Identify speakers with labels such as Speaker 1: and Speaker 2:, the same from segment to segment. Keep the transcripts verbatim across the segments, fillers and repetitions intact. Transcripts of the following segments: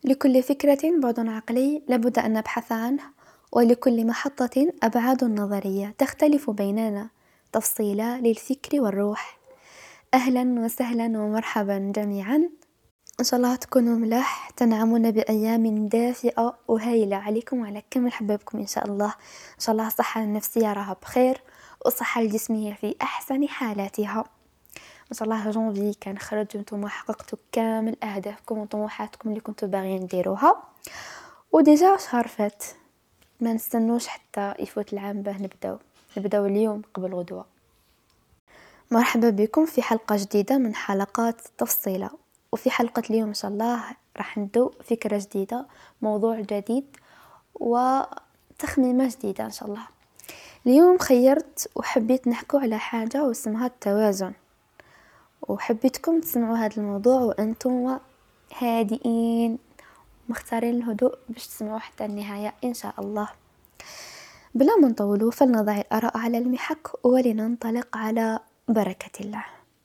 Speaker 1: لكل فكرة بعد عقلي لابد أن نبحث عنه، ولكل محطة أبعاد نظرية تختلف بيننا تفصيلا للفكر والروح. أهلا وسهلا ومرحبا جميعا، إن شاء الله تكونوا ملاح، تنعمون بأيام دافئة وهايلة عليكم وعلى كامل حبابكم إن شاء الله. إن شاء الله الصحة النفسية راها بخير، والصحة الجسمية في أحسن حالاتها. ما شاء الله جونفي كان خرج وانتم حققتوا كامل اهدافكم وطموحاتكم اللي كنتوا باغيين ديروها، وديجا شهر فات، ما نستنوش حتى يفوت العام باه نبداو نبداو اليوم قبل غدوه. مرحبا بكم في حلقه جديده من حلقات تفصيله، وفي حلقه اليوم ان شاء الله راح ندو فكره جديده، موضوع جديد وتخميمه جديده ان شاء الله. اليوم خيرت وحبيت نحكو على حاجه واسمها التوازن، وحبيتكم تسمعوا هذا الموضوع وأنتم هادئين مختارين الهدوء باش تسمعوا حتى النهاية إن شاء الله. بلا ما نطولوا فلنضع الآراء على المحك ولننطلق على بركة الله.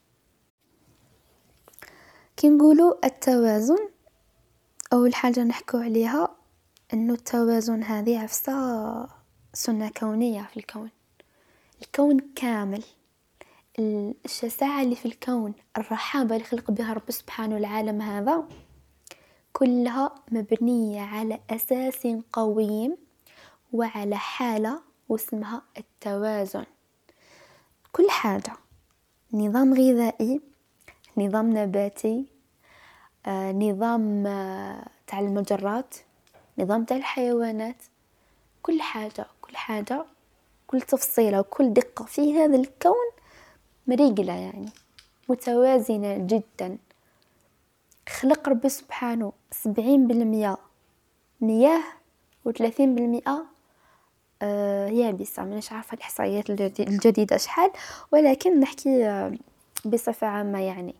Speaker 1: كي نقولوا التوازن، أول حاجة نحكو عليها أنه التوازن هذه عفسة سنة كونية في الكون. الكون كامل، الشساعة اللي في الكون، الرحابة اللي خلق بها رب سبحانه العالم هذا، كلها مبنية على أساس قويم وعلى حالة واسمها التوازن. كل حاجة، نظام غذائي، نظام نباتي، آه، نظام آه، تاع المجرات، نظام تاع الحيوانات، كل حاجة كل حاجة كل تفصيلة وكل دقة في هذا الكون مريقلة، يعني متوازنة جدا. خلق رب سبحانه سبعين بالمئة مياه وثلاثين بالمئة آه يابسة. مانيش عارفة الإحصائيات الجديدة شحال، ولكن نحكي آه بصفة عامة يعني.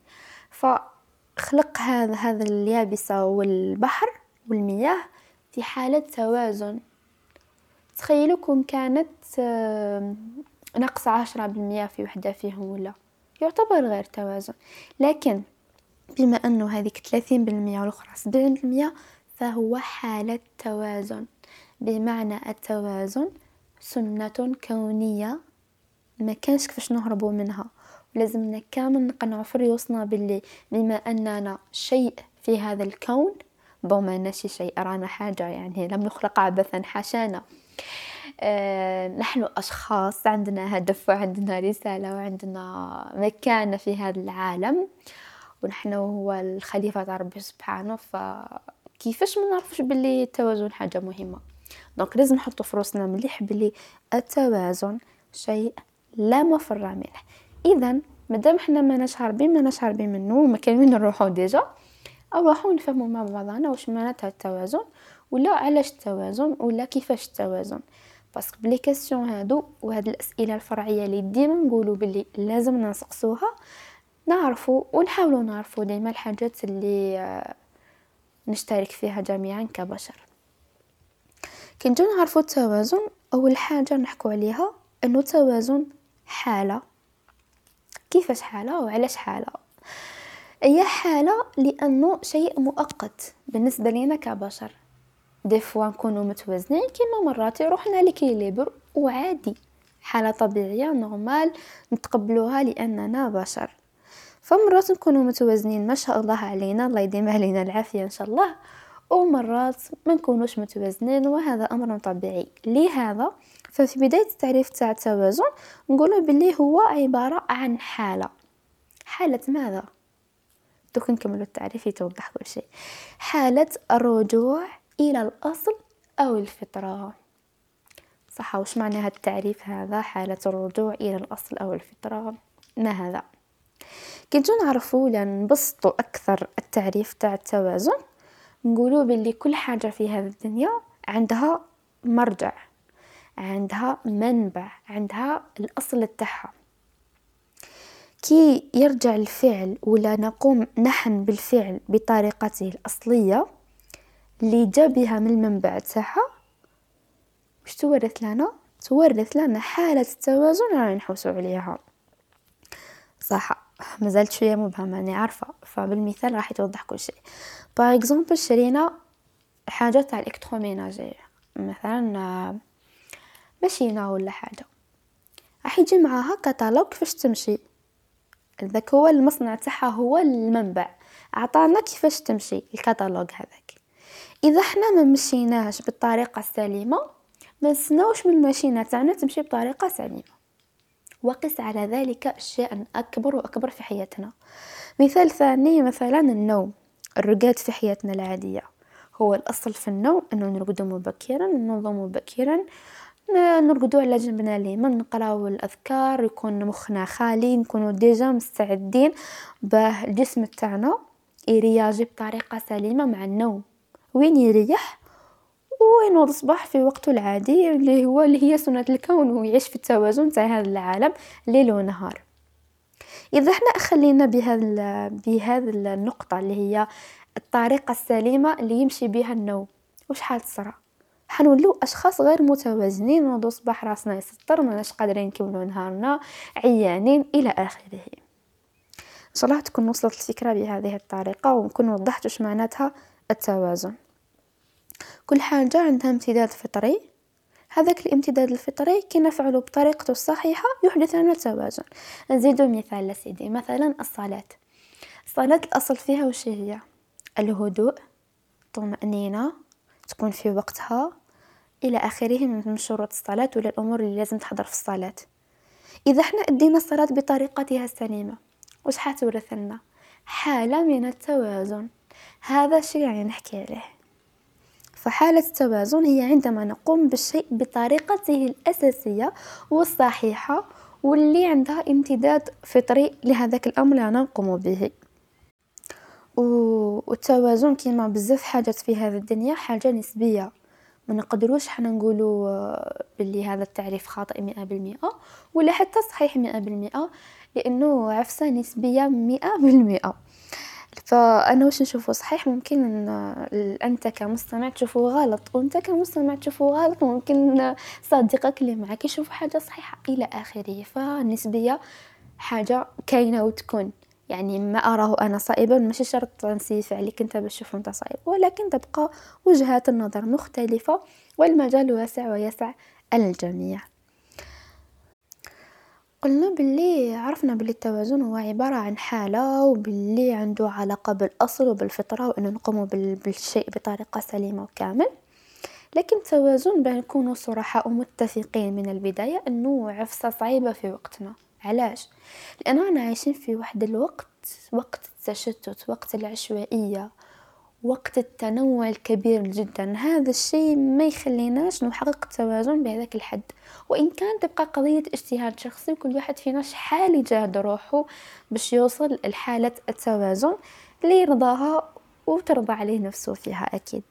Speaker 1: فخلق هذا هذا اليابسة والبحر والمياه في حالة توازن. تخيلوا كون كانت آه نقص عشرة بالمئة في وحدة فيهم، ولا يعتبر غير توازن. لكن بما أنه هذيك ثلاثين بالمئة والأخرى سبعين بالمئة، فهو حالة توازن. بمعنى التوازن سنة كونية ما كانش كيفاش نهربوا منها، ولازمنا كامل نقنعوا في ريوسنا باللي بما أننا شيء في هذا الكون، بما نشي شيء رانا حاجة، يعني لم نخلق عبثا حاشانا. آه، نحن أشخاص عندنا هدف وعندنا رسالة وعندنا مكانة في هذا العالم، ونحن هو الخليفة تاع ربي سبحانه. فكيفاش ما نعرفش باللي التوازن حاجة مهمة؟ دونك لازم نحطوا في راسنا مليح باللي التوازن شيء لا مفر منه. اذا مادام حنا ما نشهربين ما نشهربين منه وما كان وين نروحوا ديجا، او راحوا نفهموا مع بعضنا واش معناتها التوازن، ولا علاش التوازن، ولا كيفاش التوازن. باسكو بلي كاستيون هادو وهاد الاسئله الفرعيه اللي ديما نقولوا باللي لازم نسقسوها، نعرفوا ونحاولوا نعرفوا ديما الحاجات اللي نشترك فيها جميعا كبشر. كي نجي نعرفوا التوازن، اول حاجه نحكوا عليها انه التوازن حاله. كيفاش حاله وعلاش حاله؟ هي حاله لانه شيء مؤقت بالنسبه لنا كبشر. دي فوا نكونوا متوازنين، كيما مرات يروحنا لكيليبر وعادي، حاله طبيعيه نورمال نتقبلوها لاننا بشر. فمرات نكونوا متوازنين ما شاء الله علينا، الله يديم علينا العافيه ان شاء الله، ومرات ما نكونوش متوازنين، وهذا امر طبيعي. لهذا ففي بدايه التعريف تاع التوازن نقولوا باللي هو عباره عن حاله. حاله ماذا؟ دوك نكملوا التعريف يتوضح كل شيء. حاله الرجوع الى الاصل او الفطره. صح، وش معنى هذا التعريف هذا؟ حاله الرجوع الى الاصل او الفطره، ما هذا؟ كي نجو نعرفوا ولا نبسطوا اكثر التعريف تاع التوازن، نقولوا باللي كل حاجه في هذه الدنيا عندها مرجع، عندها منبع، عندها الاصل تاعها. كي يرجع الفعل ولا نقوم نحن بالفعل بطريقته الاصليه اللي جا بها من المنبع تاعها، واش تورث لنا؟ تورث لنا حاله التوازن اللي نحوسوا عليها. صح، مازالت شويه مبهمه، انا عارفه، فبالمثال راح يتوضح كل شيء. باغ اكزومبل شرينا حاجة تاع الالكتروميناجي، مثلا ماشينة ولا حاجة، راح يجي معاها كتالوج كيفاش تمشي. ذاك هو المصنع تاعها، هو المنبع، عطانا كيفاش تمشي الكتالوج هذاك. اذا حنا ما مشيناش بالطريقه السليمه، ما نستناوش من الماشينه تاعنا تمشي بطريقه سليمه. وقس على ذلك اشياء اكبر واكبر في حياتنا. مثال ثاني، مثلا النوم، الرقاد في حياتنا العاديه. هو الاصل في النوم انه نرقد مبكرا وننظم مبكرا، نرقدوا على جنبنا اليمين، نقراو الاذكار، يكون مخنا خالي، نكونوا ديجا مستعدين باه الجسم تاعنا يرياجي بطريقه سليمه مع النوم، وين يريح وين يصبح في وقته العادي اللي هو اللي هي سنة الكون، ويعيش في التوازن تاع هذا العالم ليل ونهار. اذا احنا خلينا بهذا بهذا النقطه اللي هي الطريقه السليمه اللي يمشي بها النوم، واش حتصرى؟ حنولوا اشخاص غير متوازنين، ونوضو صباح راسنا يسطر، ماناش قادرين نكملوا نهارنا، عيانين الى اخره. ان شاء الله تكون وصلت الفكره بهذه الطريقه، ونكون وضحت واش معناتها التوازن. كل حاجه عندها امتداد فطري، هذاك الامتداد الفطري كي نفعله بطريقته الصحيحه يحدث لنا توازن. نزيدو مثال لسيدي، مثلا الصلاه. الصلاه الاصل فيها وش هي؟ الهدوء، طمأنينة، تكون في وقتها الى اخره من شروط الصلاه ولا الامور اللي لازم تحضر في الصلاه. اذا احنا ادينا الصلاه بطريقتها السليمه، واش حتورث لنا؟ حاله من التوازن. هذا الشيء يعني نحكي عليه. فحالة التوازن هي عندما نقوم بالشيء بطريقته الأساسية والصحيحة، واللي عندها امتداد فطري لهذاك الأمر اللي نقوم به. والتوازن كما بزاف حاجات في هذه الدنيا حاجة نسبية، ما نقدروش حنا نقولوا باللي هذا التعريف خاطئ مئة بالمئة ولا حتى صحيح مئة بالمئة، لأنه عفسة نسبية مئة بالمئة. فانا واش نشوفه صحيح ممكن ان انت كمستمع تشوفه غلط، وانت كمستمع تشوفه غلط، ممكن صديقك اللي معك يشوف حاجه صحيحه الى اخره. فالنسبيه حاجه كاينه وتكون، يعني ما اراه انا صائبا ماشي شرط نسيف عليك انت باش تشوفه انت صائب، ولكن تبقى وجهات النظر مختلفه، والمجال واسع ويسع الجميع. قلنا باللي عرفنا باللي التوازن هو عبارة عن حالة، وباللي عنده علاقة بالأصل وبالفطرة، وأنه نقوم بالشيء بطريقة سليمة وكامل. لكن التوازن بين نكونوا صراحة ومتفقين من البداية أنه عفسة صعيبة في وقتنا. علاش؟ لأننا عايشين في واحد الوقت، وقت التشتت، وقت العشوائية، وقت التنوع الكبير جدا. هذا الشيء ما يخليناش نحقق التوازن بهذاك الحد، وإن كان تبقى قضية اجتهاد شخصي، وكل واحد فينا شحال يجاهد روحه باش يوصل لحالة التوازن اللي يرضاها وترضى عليه نفسه فيها. أكيد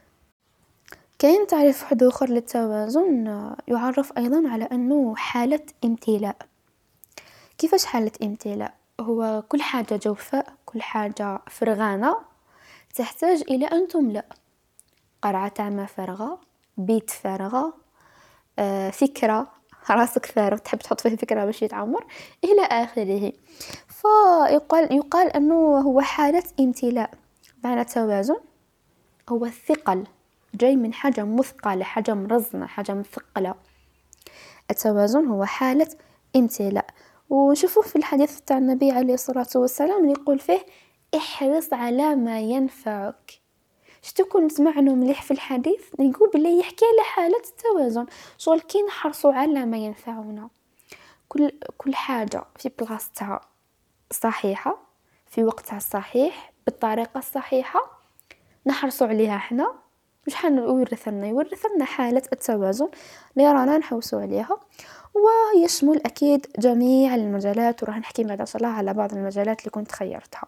Speaker 1: كاين تعريف واحد آخر للتوازن، يعرف أيضا على أنه حالة امتلاء. كيفاش حالة امتلاء؟ هو كل حاجة جوفاء، كل حاجة فرغانة تحتاج إلى أن تملأ. قرعة تاع ما فارغة، بيت فارغة، آه فكرة، راسك فارغ تحب تحط فيه فكرة باش يتعمر إلى آخره. فيقال يقال أنه هو حالة امتلاء. معنى التوازن هو الثقل، جاي من حاجة مثقلة، حاجة مرزنة، حاجة مثقلة. التوازن هو حالة امتلاء. ونشوفه في الحديث تاع النبي عليه الصلاة والسلام اللي يقول فيه احرص على ما ينفعك. شتو كنت معنو مليح في الحديث، يقول بلي يحكي على حالة التوازن، شغل كي نحرصوا على ما ينفعنا، كل كل حاجة في بلاصتها صحيحة في وقتها الصحيح بالطريقة الصحيحة، نحرصوا عليها احنا، مش حنورث لنا يورث لنا حالة التوازن اللي رانا نحوسوا عليها. ويشمل أكيد جميع المجالات، وراح نحكي بعد إن شاء الله على بعض المجالات اللي كنت خيرتها.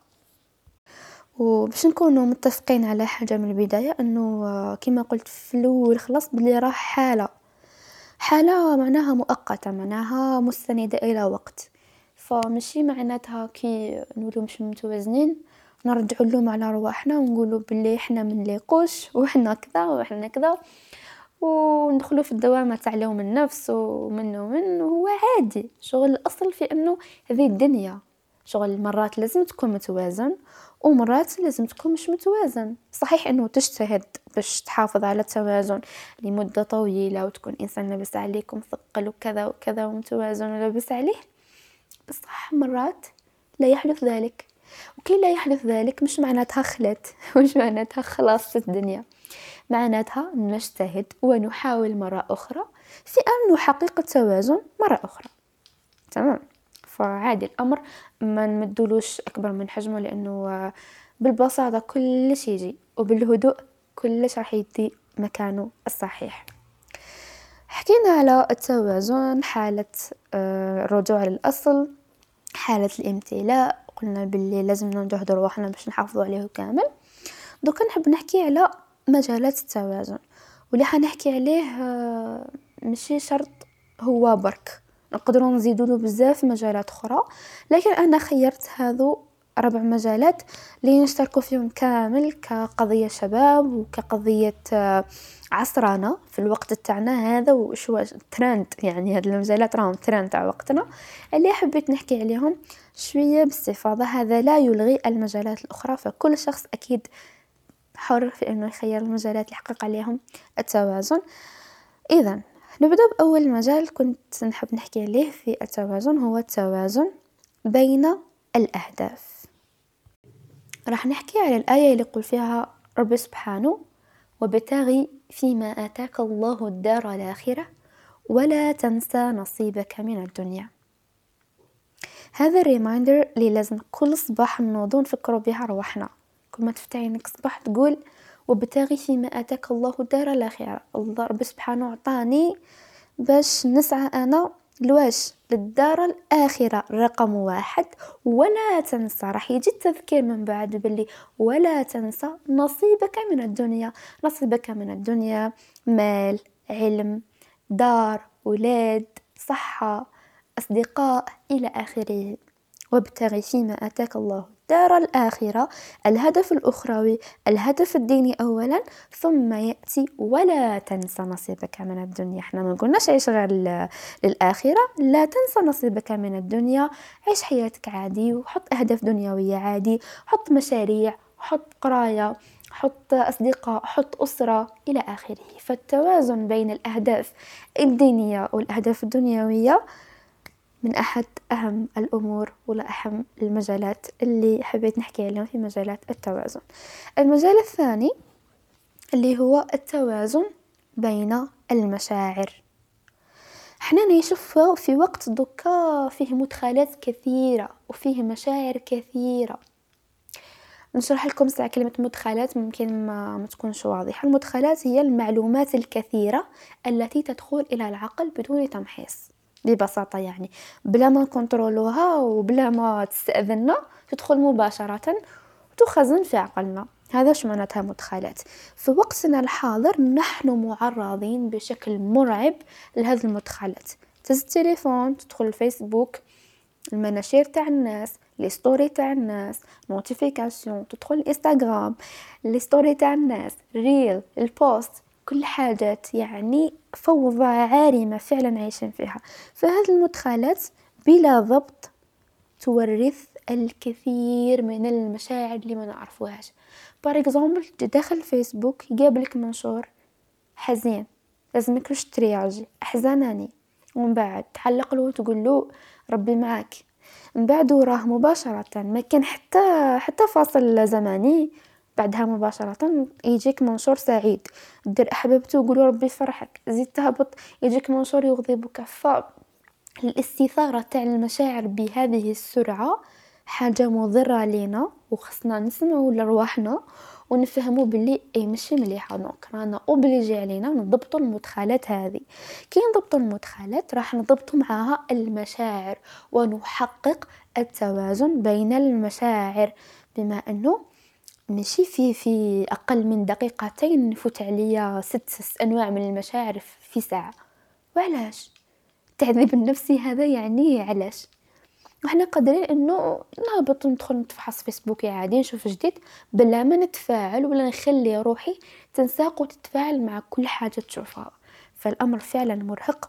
Speaker 1: وباش نكونوا متفقين على حاجة من البداية، أنه كما قلت في الأول خلاص بلي راه حالة حالة معناها مؤقتة، معناها مستندة إلى وقت. فمشي معناتها كي نقولوا مش متوازنين نرجعوا اللوم على رواحنا ونقولوا باللي احنا من ليقوش وحنا كذا وحنا كذا، وندخلوا في الدوامة تاع لوم النفس ومنه ومنه. هو عادي، شغل الأصل في أنه هذه الدنيا شغل مرات لازم تكون متوازن، ومرات لازم تكون مش متوازن. صحيح أنه تجتهد باش تحافظ على التوازن لمدة طويلة وتكون إنسان لاباس عليك ومثقل وكذا وكذا ومتوازن ولاباس عليه. بصح مرات لا يحدث ذلك، وكي لا يحدث ذلك مش معناتها خلت مش معناتها خلاص الدنيا، معناتها نجتهد ونحاول مرة أخرى في أن نحقق التوازن مرة أخرى. تمام. فعادي الأمر ما نمدلوش أكبر من حجمه، لأنه بالبساطة كلش يجي وبالهدوء كلش راح يدي مكانه الصحيح. حكينا على التوازن، حالة الرجوع للأصل، حالة الامتلاء، قلنا باللي لازم نجهد رواحنا باش نحافظوا عليه كامل. دوكا نحب نحكي على مجالات التوازن، واللي حنحكي عليه ماشي شرط هو برك، نقدروا نزيدوا له بزاف مجالات اخرى، لكن انا خيرت هذو اربع مجالات اللي نشتركوا فيهم كامل كقضيه شباب وكقضيه عصرنا في الوقت تاعنا هذا، وشو ترند يعني هاد المجالات راهم ترند تاع وقتنا اللي حبيت نحكي عليهم شويه باستفاضه. هذا لا يلغي المجالات الاخرى، فكل شخص اكيد حر في انه يخير المجالات اللي يحقق عليهم التوازن. اذا نبدأ بأول مجال كنت نحب نحكي عليه في التوازن، هو التوازن بين الأهداف. راح نحكي على الآية اللي يقول فيها رب سبحانه: وابتغي فيما آتاك الله الدار الآخرة ولا تنسى نصيبك من الدنيا. هذا الريمايندر اللي لازم كل صباح نوضو نفكروا بها رواحنا. كل ما تفتح عينك صباح تقول وابتغي فيما آتاك الله الدار الآخرة. الله رب سبحانه أعطاني باش نسعى أنا لواش للدار الآخرة رقم واحد، ولا تنسى، راح يجي التذكير من بعد باللي ولا تنسى نصيبك من الدنيا. نصيبك من الدنيا مال، علم، دار، ولاد، صحة، أصدقاء إلى آخره. وابتغي فيما آتاك الله الدار الآخرة، الهدف الأخروي، الهدف الديني أولا، ثم يأتي ولا تنسى نصيبك من الدنيا. احنا ما قلناش عيش غير للآخرة، لا تنسى نصيبك من الدنيا، عيش حياتك عادي وحط أهداف دنيوية عادي، حط مشاريع، حط قراية، حط أصدقاء، حط أسرة إلى آخره. فالتوازن بين الأهداف الدينية والأهداف الدنيوية من أحد أهم الأمور ولا أهم المجالات اللي حبيت نحكي عليهم في مجالات التوازن. المجال الثاني اللي هو التوازن بين المشاعر. احنا نعيش في وقت دوكا فيه مدخلات كثيرة وفيه مشاعر كثيرة. نشرح لكم ساعة كلمة مدخلات ممكن ما, ما تكونش واضحة. المدخلات هي المعلومات الكثيرة التي تدخل إلى العقل بدون تمحيص، ببساطة يعني بلا ما نكنترولوها وبلا ما تستأذننا تدخل مباشرة وتخزن في عقلنا. هذا شو معناتها مدخلات. في وقتنا الحاضر نحن معرضين بشكل مرعب لهذه المدخلات. تهز التليفون، تدخل الفيسبوك، المناشير تاع الناس، لي ستوري تاع الناس، نوتيفيكاسيون، تدخل الانستغرام، لي ستوري تاع الناس، ريل، البوست، كل حاجات يعني فوضى عارمة فعلا عايشين فيها. فهذه المدخلات بلا ضبط تورث الكثير من المشاعر اللي ما نعرفوهاش. بار اكزامبل داخل فيسبوك يقابلك منشور حزين، لازمك واش ترياجي احزاناني، ومن بعد تعلق له وتقول له ربي معاك. من بعد وراه مباشرة ما كان حتى حتى فاصل زمني، بعدها مباشرة يجيك منشور سعيد، دير احببته وقولوا ربي يفرحك، زيد تهبط يجيك منشور يغضبك. فالاستثارة تاع المشاعر بهذه السرعة حاجة مضرة لنا، وخصنا نسمعوا لرواحنا ونفهموا باللي اي ماشي مليحه. دونك رانا اوبليجي علينا نضبطوا المدخلات هذه. كي نضبطوا المدخلات راح نضبطوا معها المشاعر ونحقق التوازن بين المشاعر، بما انه ماشي في في اقل من دقيقتين نفوت عليا ست انواع من المشاعر في ساعه. وعلاش التعذيب النفسي هذا؟ يعني علاش احنا قادرين انه نهبط ندخل نتفحص فيسبوك عادي نشوف جديد بلا ما نتفاعل ولا نخلي روحي تنساق وتتفاعل مع كل حاجه تشوفها. فالامر فعلا مرهق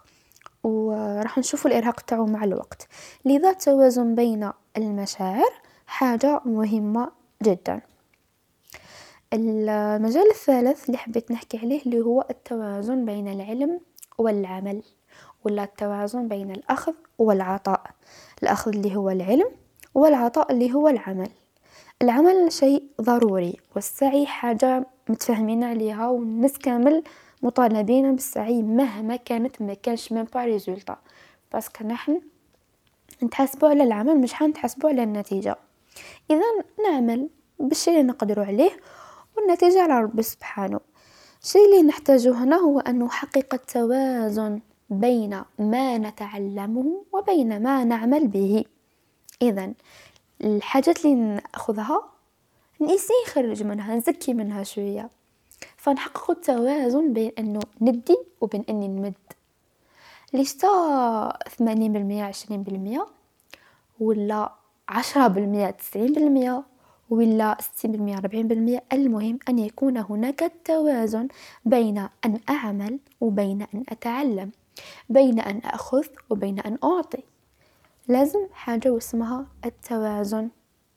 Speaker 1: وراح نشوف الارهاق تاعو مع الوقت. لذا التوازن بين المشاعر حاجه مهمه جدا. المجال الثالث اللي حبيت نحكي عليه اللي هو التوازن بين العلم والعمل، ولا التوازن بين الأخذ والعطاء. الأخذ اللي هو العلم، والعطاء اللي هو العمل. العمل شيء ضروري، والسعي حاجة متفاهمين عليها، والناس كامل مطالبين بالسعي مهما كانت ما كانش ميم با ريزولطا، باسكو نحن نتحاسبوا على العمل مش حنتحاسبوا على النتيجة. اذا نعمل بالشيء اللي نقدروا عليه، والنتيجة على ربي سبحانه. الشيء اللي نحتاجه هنا هو أن نحقق التوازن بين ما نتعلمه وبين ما نعمل به. إذا الحاجات اللي نأخذها نقيسي نخرج منها، نزكي منها شوية، فنحقق التوازن بين أنه ندي وبين أني نمد. ليش تا ثمانين بالمية عشرين بالمية، ولا عشرة بالمية تسعين بالمية، ولا ستين بالمية أربعين بالمية. المهم أن يكون هناك توازن بين أن أعمل وبين أن أتعلم، بين أن أخذ وبين أن أعطي. لازم حاجة اسمها التوازن.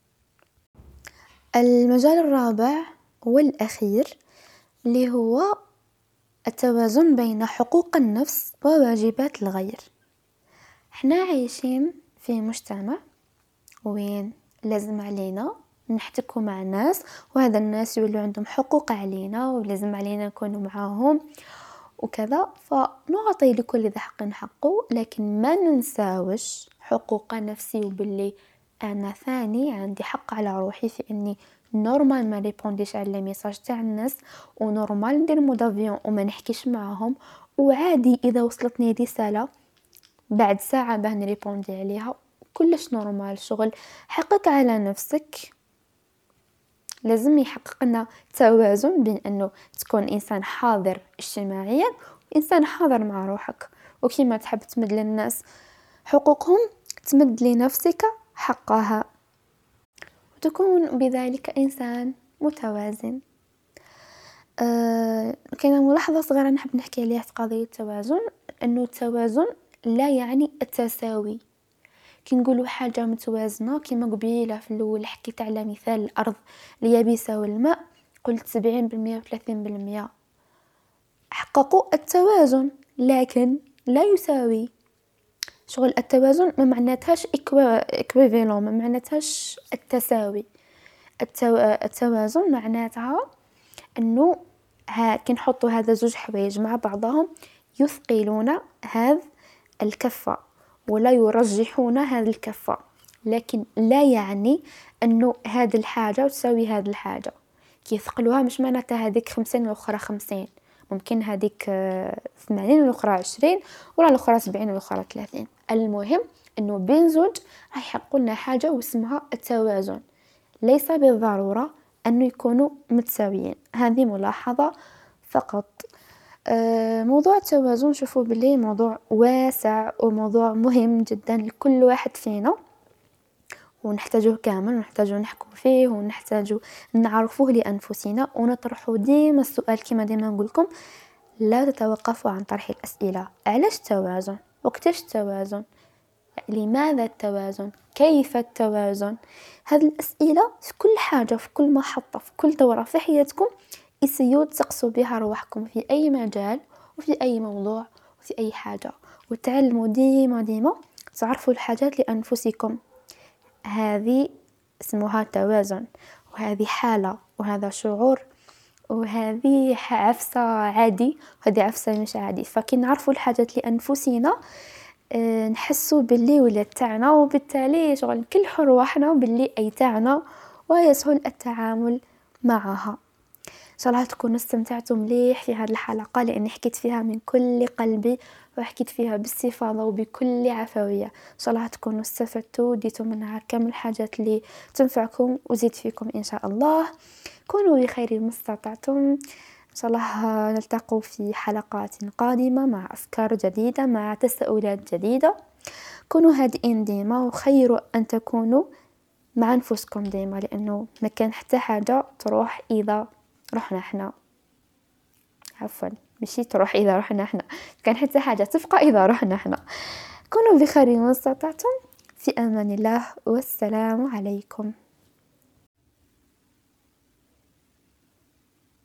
Speaker 1: المجال الرابع والأخير اللي هو التوازن بين حقوق النفس وواجبات الغير. احنا عايشين في مجتمع وين لازم علينا نحتكوا مع الناس، وهذا الناس يولوا عندهم حقوق علينا، ولازم علينا نكونوا معاهم وكذا، فنعطي لكل ذي حق حقه، لكن ما ننساوش حقوق نفسي، وباللي انا ثاني عندي حق على روحي في اني نورمال ما ريبونديش على لي ميساج تاع الناس، ونورمال ندير مود افيون وما نحكيش معاهم، وعادي اذا وصلتني رساله بعد ساعه باه نريبوندي عليها، كلش نورمال. شغل حقق على نفسك. لازم يحقق لنا توازن بين انه تكون انسان حاضر اجتماعيا وانسان حاضر مع روحك، وكيما تحب تمد للناس حقوقهم تمد لنفسك حقها، وتكون بذلك انسان متوازن. أه كاينه ملاحظه صغيره نحب نحكي عليها في قضيه التوازن، انه التوازن لا يعني التساوي. كي نقولوا حاجه متوازنه، كيما قبيله في الاول حكيت على مثال الارض اليابسه والماء، قلت سبعين بالمية وثلاثين بالمية حققوا التوازن، لكن لا يساوي. شغل التوازن ما معناتهاش اكويفالون، ما معناتهاش التساوي. التو... التوازن معناتها انه ها كي نحطوا هذا زوج حوايج مع بعضهم يثقلون هذا الكفه ولا يرجحون هذه الكفة، لكن لا يعني أنه هذه الحاجة تساوي هذه الحاجة. كي يثقلوها مش معناتها هذيك خمسين والأخرى خمسين، ممكن هذيك ثمانين والأخرى عشرين، ولا الأخرى سبعين والأخرى ثلاثين. المهم أنه بين زوج راح يحققوا لنا حاجة واسمها التوازن، ليس بالضرورة أنه يكونوا متساويين. هذه ملاحظة فقط. موضوع التوازن شوفوا باللي موضوع واسع وموضوع مهم جدا لكل واحد فينا، ونحتاجه كامل، ونحتاجه نحكوا فيه، ونحتاجه نعرفوه لأنفسنا، ونطرحوا ديما السؤال كما ديما نقولكم لا تتوقفوا عن طرح الأسئلة. علاش التوازن؟ وقتاش التوازن؟ لماذا التوازن؟ كيف التوازن؟ هذه الأسئلة في كل حاجة، في كل محطة، في كل دورة في حياتكم يسيو تسقسوا بها روحكم في أي مجال وفي أي موضوع وفي أي حاجة، وتعلموا ديما ديما تعرفوا الحاجات لأنفسكم. هذه اسمها توازن، وهذه حالة، وهذا شعور، وهذه عفسة عادي، وهذه عفسة مش عادي. فكي نعرفوا الحاجات لأنفسنا أه نحسوا باللي ولات تاعنا، وبالتالي شغل كل حرواحنا باللي أي تاعنا، ويسهل التعامل معها. إن شاء الله تكونوا استمتعتوا مليح في هذه الحلقة، لأني حكيت فيها من كل قلبي، وحكيت فيها باستفاضة وبكل عفوية. إن شاء الله تكونوا استفدتوا وديتوا منها كم الحاجات اللي تنفعكم وزيد فيكم إن شاء الله. كونوا بخير ما استطعتم. إن شاء الله نلتقوا في حلقات قادمة مع أفكار جديدة، مع تساؤلات جديدة. كونوا هادئين ديما، وخيروا أن تكونوا مع أنفسكم ديما، لأنه ما كان حتى حاجة تروح إذا رحنا احنا، عفوا ماشي تروح اذا رحنا احنا، كان حتى حاجه تبقى اذا رحنا احنا. كونوا بخير ما استطعتم، في امان الله، والسلام عليكم.